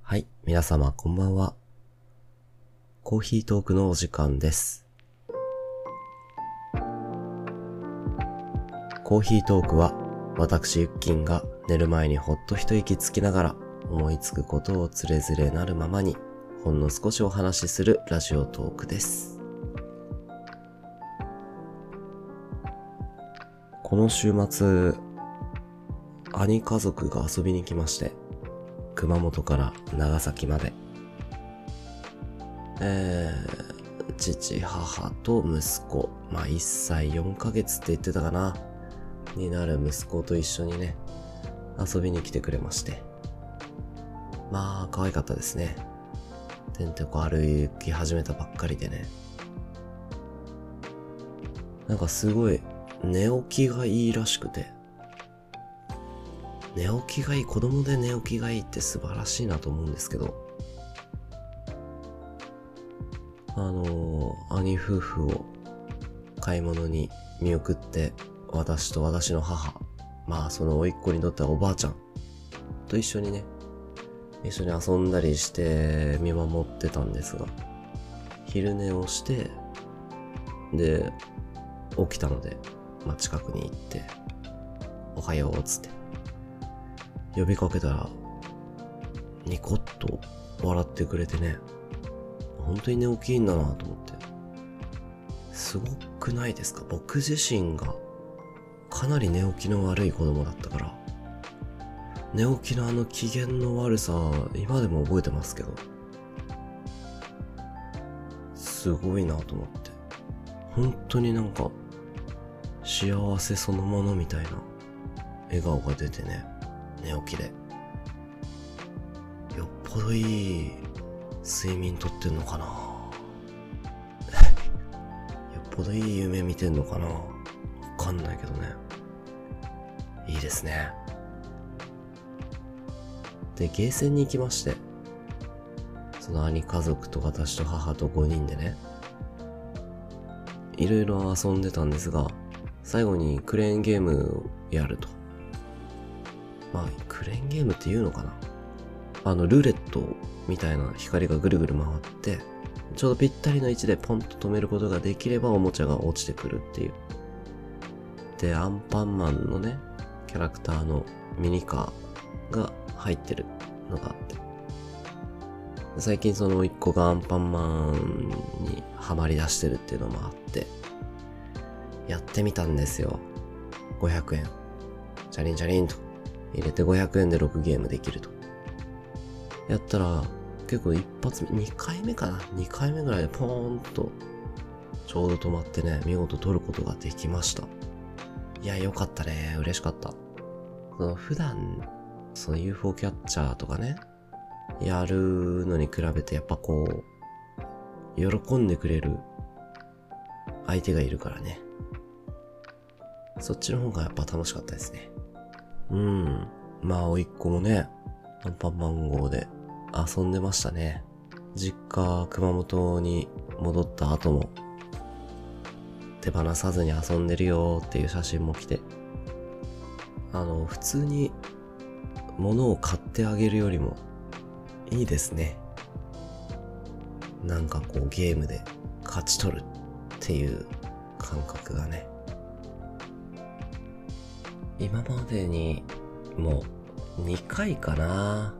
はい、皆様こんばんは。コーヒートークのお時間です。コーヒートークは、私ゆっきんが寝る前にほっと一息つきながら思いつくことをつれづれなるままにほんの少しお話しするラジオトークです。この週末、兄家族が遊びに来まして、熊本から長崎まで。父、母と息子、1歳4ヶ月って言ってたかな、になる息子と一緒にね、遊びに来てくれまして。可愛かったですね。てんてこ歩き始めたばっかりでね。なんかすごい、寝起きがいいらしくて。寝起きがいい、子供で寝起きがいいって素晴らしいなと思うんですけど。兄夫婦を買い物に見送って、私と私の母、その甥っ子にとってはおばあちゃんと一緒にね、一緒に遊んだりして見守ってたんですが、昼寝をして、で、起きたので、近くに行って、おはようつって、呼びかけたら、ニコッと笑ってくれてね、本当に寝起きいいんだなと思って。すごくないですか？僕自身がかなり寝起きの悪い子供だったから、寝起きの機嫌の悪さ、今でも覚えてますけど、すごいなと思って。本当になんか、幸せそのものみたいな笑顔が出てね、寝起きで。よっぽどいい睡眠とってんのかなよっぽどいい夢見てんのかな、わかんないけどね。いいですね。で、ゲーセンに行きまして、その兄家族と私と母と5人でね、いろいろ遊んでたんですが、最後にクレーンゲームをやると。クレーンゲームっていうのかな、ルーレットみたいな光がぐるぐる回って、ちょうどぴったりの位置でポンと止めることができればおもちゃが落ちてくるっていう。で、アンパンマンのね、キャラクターのミニカーが入ってるのがあって。最近その一個がアンパンマンにハマり出してるっていうのもあって、やってみたんですよ。500円。チャリンチャリンと入れて500円で6ゲームできると。やったら、結構一発目、2回目かな ?2 回目ぐらいでポーンと、ちょうど止まってね、見事取ることができました。いや、よかったね。嬉しかった。普段、UFO キャッチャーとかね、やるのに比べてやっぱ喜んでくれる相手がいるからね。そっちの方がやっぱ楽しかったですね。甥っ子もね、アンパンマン号で遊んでましたね。実家、熊本に戻った後も、手放さずに遊んでるよっていう写真も来て、普通に物を買ってあげるよりもいいですね。なんかゲームで勝ち取るっていう感覚がね。今までにもう2回かな。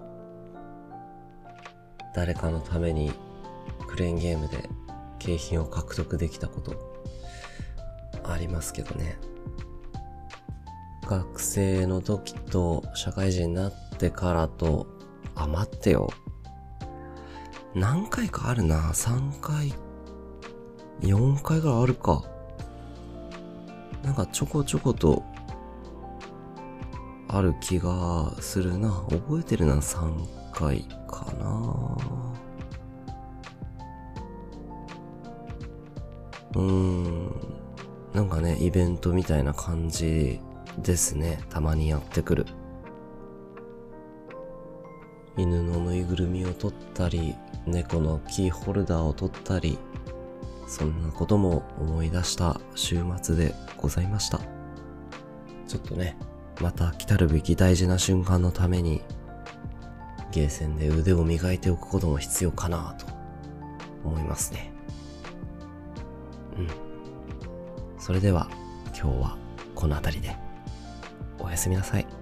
誰かのためにクレーンゲームで景品を獲得できたことありますけどね。学生の時と社会人になってからと、待ってよ。何回かあるな。3回、4回ぐらいあるか。なんかちょこちょことある気がするな。覚えてるな、3回かな。なんかね、イベントみたいな感じですね。たまにやってくる。犬のぬいぐるみを取ったり、猫のキーホルダーを取ったり、そんなことも思い出した週末でございました。ちょっとね、また来たるべき大事な瞬間のためにゲーセンで腕を磨いておくことも必要かなと思いますね。それでは今日はこの辺りでおやすみなさい。